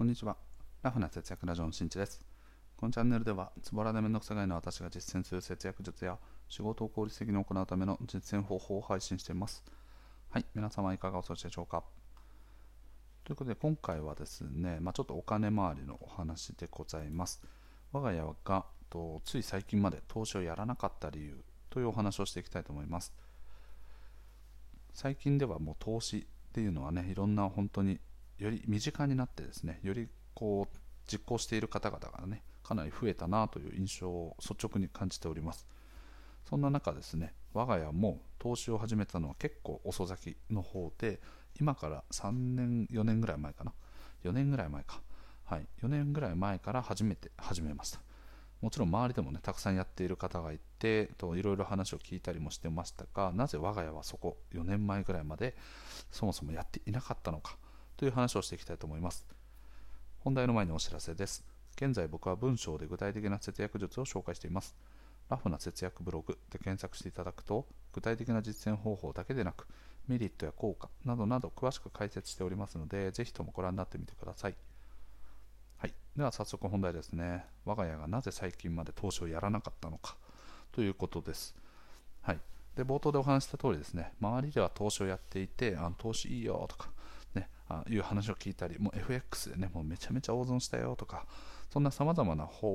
こんにちは。ラフな節約ラジオのしんいちです。このチャンネルでは、ズボラでめんどくさがいの私が実践する節約術や仕事を効率的に行うための実践方法を配信しています。はい、皆様いかがお過ごしでしょうか。ということで、今回はですね、ちょっとお金回りのお話でございます。我が家がつい最近まで投資をやらなかった理由というお話をしていきたいと思います。最近ではもう投資っていうのはね、いろんな本当により身近になってですね、より実行している方々がね、かなり増えたなという印象を率直に感じております。そんな中ですね、我が家も投資を始めたのは結構遅咲きの方で、今から3年4年ぐらい前かな、4年ぐらい前か、はい、4年ぐらい前から始めました。もちろん周りでもね、たくさんやっている方がいていろいろ話を聞いたりもしてましたが、なぜ我が家はそこ4年前ぐらいまでそもそもやっていなかったのかという話をしていきたいと思います。本題の前にお知らせです。現在僕は文章で具体的な節約術を紹介しています。ラフな節約ブログで検索していただくと、具体的な実践方法だけでなく、メリットや効果などなど詳しく解説しておりますので、ぜひともご覧になってみてください。はい、では早速本題ですね。我が家がなぜ最近まで投資をやらなかったのかということです。はい、で冒頭でお話した通りですね、周りでは投資をやっていて、投資いいよとか、ね、いう話を聞いたり、もう FX でね、もうめちゃめちゃ大損したよとか、そんなさまざまな方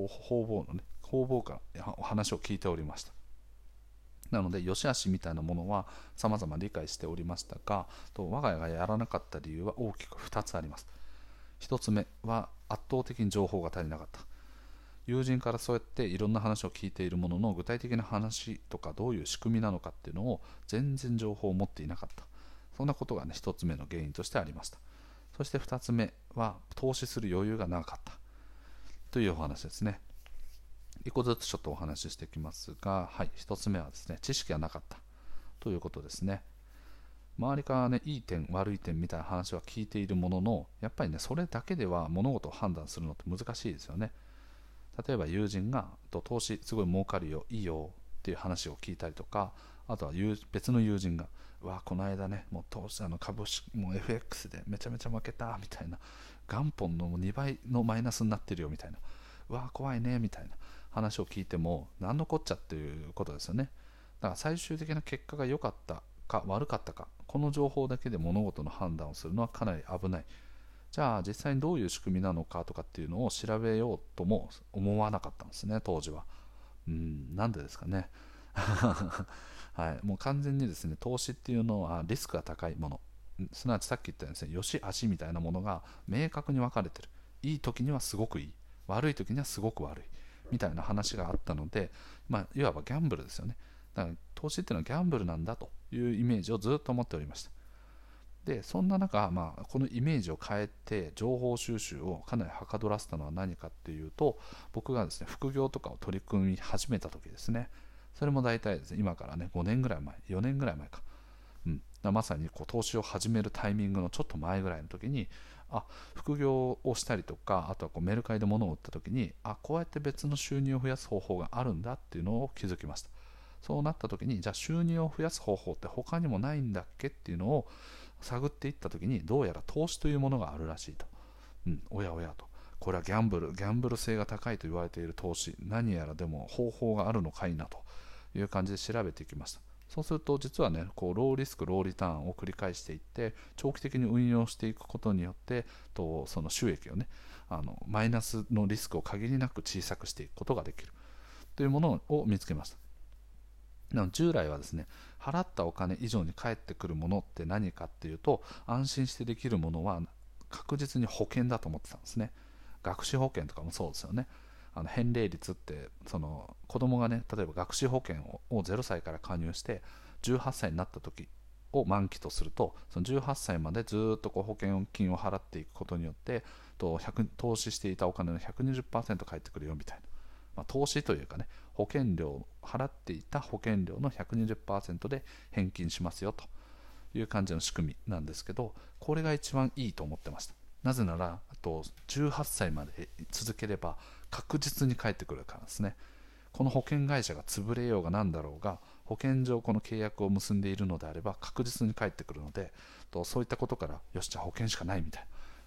々からお話を聞いておりました。なので、良し悪しみたいなものは様々理解しておりましたが、我が家がやらなかった理由は大きく2つあります。1つ目は圧倒的に情報が足りなかった。友人からそうやっていろんな話を聞いているものの、具体的な話とかどういう仕組みなのかっていうのを全然情報を持っていなかった。そんなことがね、1つ目の原因としてありました。そして2つ目は投資する余裕がなかったというお話ですね。一個ずつちょっとお話ししていきますが、はい、1つ目はですね、知識がなかったということですね。周りからね、いい点悪い点みたいな話は聞いているものの、やっぱりね、それだけでは物事を判断するのって難しいですよね。例えば友人が投資すごい儲かるよ、いいよっていう話を聞いたりとか、あとは別の友人が、この間ね、もう投資株式もう FX でめちゃめちゃ負けたみたいな、元本の2倍のマイナスになってるよみたいな、怖いねみたいな話を聞いても何のこっちゃっていうことですよね。だから最終的な結果が良かったか悪かったか、この情報だけで物事の判断をするのはかなり危ない。じゃあ実際にどういう仕組みなのかとかっていうのを調べようとも思わなかったんですね、当時は。なんでですかね。はい、もう完全にですね、投資っていうのはリスクが高いもの、すなわちさっき言ったようにですね、良し悪しみたいなものが明確に分かれてる。いい時にはすごくいい、悪い時にはすごく悪いみたいな話があったので、いわばギャンブルですよね。だから投資っていうのはギャンブルなんだというイメージをずっと持っておりました。でそんな中、このイメージを変えて情報収集をかなりはかどらせたのは何かっていうと、僕がですね、副業とかを取り組み始めた時ですね。それも大体ですね、今からね、5年ぐらい前、4年ぐらい前か、まさに投資を始めるタイミングのちょっと前ぐらいの時に、副業をしたりとか、あとはメルカリで物を売った時に、こうやって別の収入を増やす方法があるんだっていうのを気づきました。そうなった時に、じゃあ収入を増やす方法って他にもないんだっけっていうのを探っていった時に、どうやら投資というものがあるらしいと。おやおやと、これはギャンブル性が高いと言われている投資、何やらでも方法があるのかいなという感じで調べていきました。そうすると実はね、ローリスクローリターンを繰り返していって、長期的に運用していくことによってその収益をね、マイナスのリスクを限りなく小さくしていくことができるというものを見つけました。従来はですね、払ったお金以上に返ってくるものって何かっていうと、安心してできるものは確実に保険だと思ってたんですね。学資保険とかもそうですよね。返礼率って、その子供がね、例えば学資保険を0歳から加入して18歳になった時を満期とすると、その18歳までずっと保険金を払っていくことによって投資していたお金の 120% 返ってくるよみたいな、投資というかね、保険料払っていた保険料の 120% で返金しますよという感じの仕組みなんですけど、これが一番いいと思ってました。なぜなら18歳まで続ければ確実に返ってくるからですね。この保険会社が潰れようがなんだろうが、保険上この契約を結んでいるのであれば確実に返ってくるので、そういったことから、よしじゃあ保険しかないみたいな、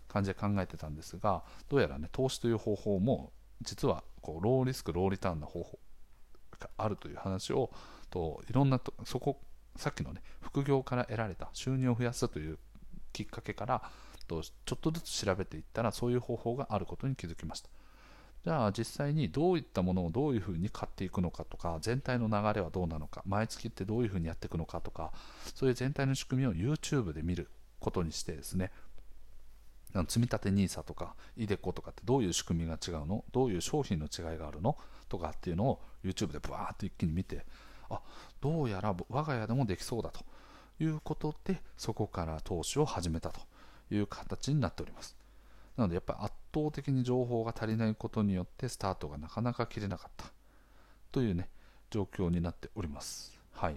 感じで考えてたんですが、どうやらね投資という方法も実はこうローリスクローリターンな方法があるという話をいろんなさっきのね副業から得られた収入を増やすというきっかけからちょっとずつ調べていったらそういう方法があることに気づきました。じゃあ実際にどういったものをどういうふうに買っていくのかとか、全体の流れはどうなのか、毎月ってどういうふうにやっていくのかとか、そういう全体の仕組みを YouTube で見ることにしてですね、積立 NISA とか iDeCo とかってどういう仕組みが違うの、どういう商品の違いがあるのとかっていうのを YouTube でブワーッと一気に見て、どうやら我が家でもできそうだということで、そこから投資を始めたという形になっております。なのでやっぱり圧倒的に情報が足りないことによってスタートがなかなか切れなかったというね状況になっております。はい、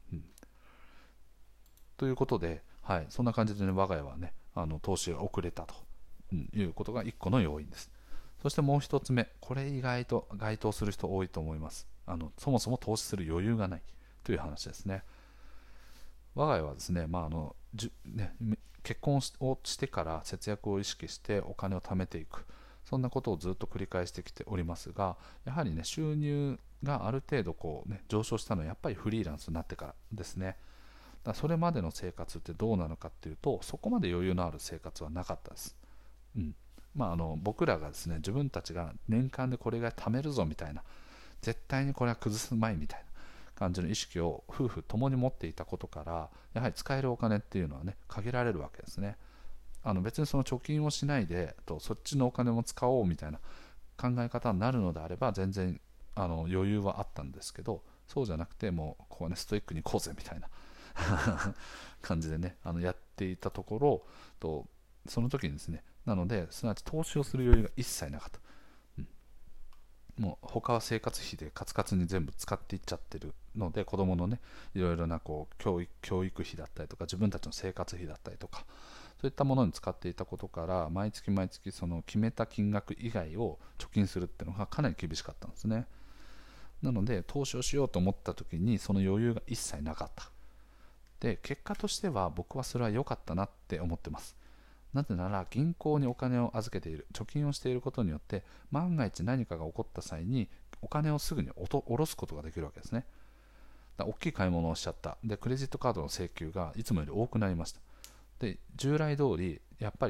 ということで、そんな感じでね我が家はね投資が遅れたと、いうことが1個の要因です。そしてもう1つ目、これ意外と該当する人多いと思います。そもそも投資する余裕がないという話ですね。我が家はですね、結婚をしてから節約を意識してお金を貯めていく、そんなことをずっと繰り返してきておりますが、やはりね収入がある程度上昇したのはやっぱりフリーランスになってからですね。だからそれまでの生活ってどうなのかっていうと、そこまで余裕のある生活はなかったです。僕らがですね、自分たちが年間でこれぐらい貯めるぞみたいな、絶対にこれは崩すまいみたいな感じの意識を夫婦ともに持っていたことから、やはり使えるお金っていうのはね限られるわけですね。別にその貯金をしないでそっちのお金も使おうみたいな考え方になるのであれば全然余裕はあったんですけど、そうじゃなくてもうこう、ね、ストイックに行こうぜみたいな感じでねやっていたところその時にですね、なのですなわち投資をする余裕が一切なかった。もう他は生活費でカツカツに全部使っていっちゃってるので、子供のねいろいろな教育費だったりとか自分たちの生活費だったりとか、そういったものに使っていたことから、毎月毎月その決めた金額以外を貯金するっていうのがかなり厳しかったんですね。なので投資をしようと思った時にその余裕が一切なかった。で結果としては僕はそれは良かったなって思ってます。なぜなら銀行にお金を預けている、貯金をしていることによって万が一何かが起こった際にお金をすぐに下ろすことができるわけですね。大きい買い物をしちゃった。でクレジットカードの請求がいつもより多くなりました。で従来通りやっぱり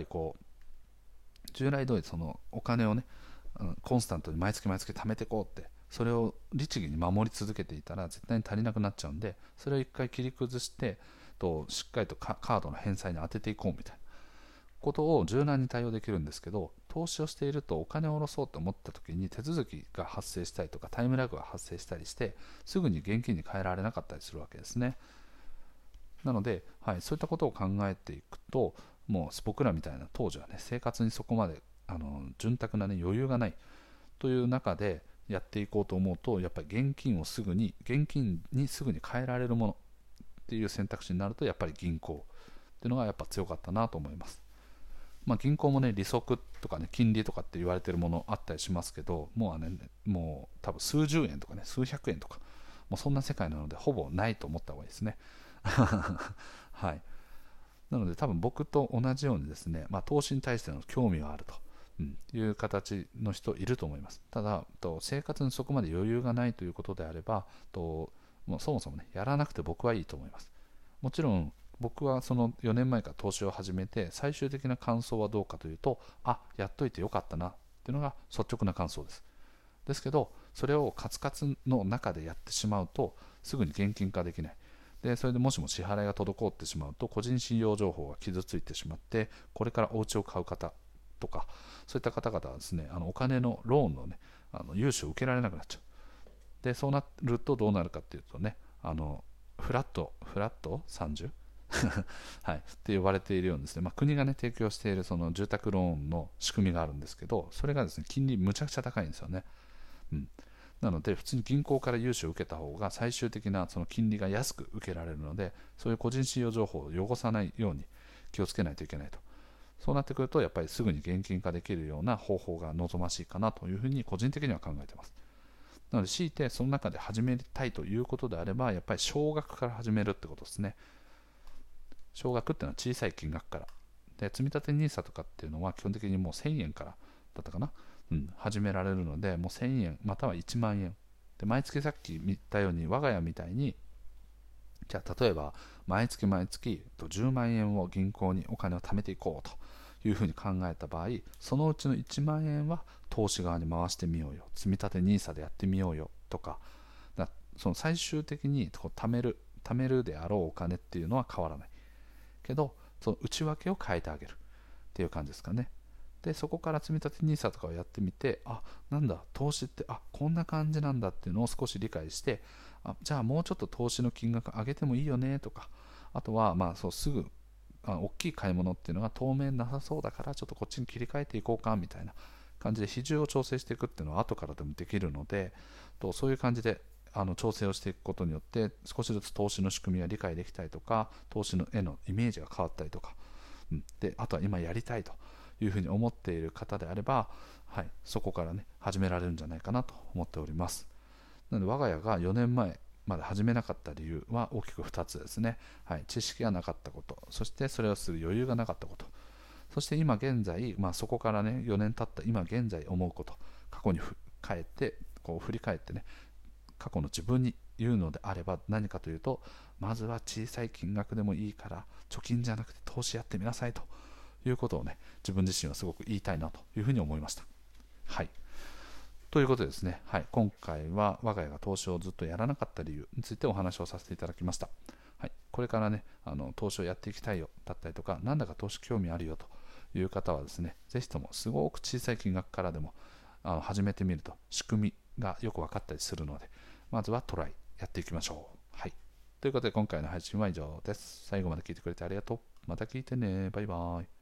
そのお金をねコンスタントに毎月毎月貯めていこうって、それを律儀に守り続けていたら絶対に足りなくなっちゃうんで、それを一回切り崩してしっかりとカードの返済に当てていこうみたいなことを柔軟に対応できるんですけど、投資をしているとお金を下ろそうと思った時に手続きが発生したりとかタイムラグが発生したりしてすぐに現金に換えられなかったりするわけですね。なので、そういったことを考えていくと、もう僕らみたいな当時はね生活にそこまで潤沢な、ね、余裕がないという中でやっていこうと思うと、やっぱり現金にすぐに変えられるものっていう選択肢になると、やっぱり銀行っていうのがやっぱ強かったなと思います。銀行もね利息とかね金利とかって言われてるものあったりしますけど、もう多分数十円とかね数百円とか、もうそんな世界なのでほぼないと思った方がいいですね。はい。なので多分僕と同じようにですね、投資に対しての興味があると、いう形の人いると思います。ただ生活にそこまで余裕がないということであればもうそもそもねやらなくて僕はいいと思います。もちろん僕はその4年前から投資を始めて最終的な感想はどうかというと、やっといてよかったなっていうのが率直な感想です。ですけどそれをカツカツの中でやってしまうとすぐに現金化できない。でそれでもしも支払いが滞ってしまうと個人信用情報が傷ついてしまって、これからお家を買う方とかそういった方々はですねお金のローンのね融資を受けられなくなっちゃう。でそうなるとどうなるかっていうとねフラット30はい、って呼ばれているようにですね、国が、ね、提供しているその住宅ローンの仕組みがあるんですけど、それがですね金利むちゃくちゃ高いんですよね。なので普通に銀行から融資を受けた方が最終的なその金利が安く受けられるので、そういう個人信用情報を汚さないように気をつけないといけないと。そうなってくるとやっぱりすぐに現金化できるような方法が望ましいかなというふうに個人的には考えています。なので強いてその中で始めたいということであれば、やっぱり少額から始めるってことですね。少額っていうのは小さい金額からで、積立 NISA とかっていうのは基本的にもう1000円からだったかな、始められるので、もう1000円または1万円で、毎月さっき言ったように我が家みたいに、じゃあ例えば毎月毎月10万円を銀行にお金を貯めていこうというふうに考えた場合、そのうちの1万円は投資側に回してみようよ、積立 NISA でやってみようよとか、その最終的にこう貯めるであろうお金っていうのは変わらないけど、その内訳を変えてあげるっていう感じですかね。で、そこから積立 NISA とかをやってみて、なんだ投資って、こんな感じなんだっていうのを少し理解して、じゃあもうちょっと投資の金額上げてもいいよねとか、あとはそうすぐ大きい買い物っていうのが当面なさそうだから、ちょっとこっちに切り替えていこうかみたいな感じで比重を調整していくっていうのは後からでもできるので、そういう感じで調整をしていくことによって少しずつ投資の仕組みが理解できたりとか、投資へのイメージが変わったりとか、であとは今やりたいというふうに思っている方であれば、そこからね始められるんじゃないかなと思っております。なので我が家が4年前まで始めなかった理由は大きく2つですね。知識がなかったこと、そしてそれをする余裕がなかったこと、そして今現在、そこからね4年経った今現在思うこと、過去に振り返ってね、過去の自分に言うのであれば何かというと、まずは小さい金額でもいいから貯金じゃなくて投資やってみなさいということをね、自分自身はすごく言いたいなというふうに思いました。ということでですね、今回は我が家が投資をずっとやらなかった理由についてお話をさせていただきました。これからね投資をやっていきたいよだったりとか、なんだか投資興味あるよという方はですね、ぜひともすごく小さい金額からでも始めてみると仕組みがよく分かったりするので、まずはトライやっていきましょう。ということで今回の配信は以上です。最後まで聞いてくれてありがとう。また聞いてね。バイバイ。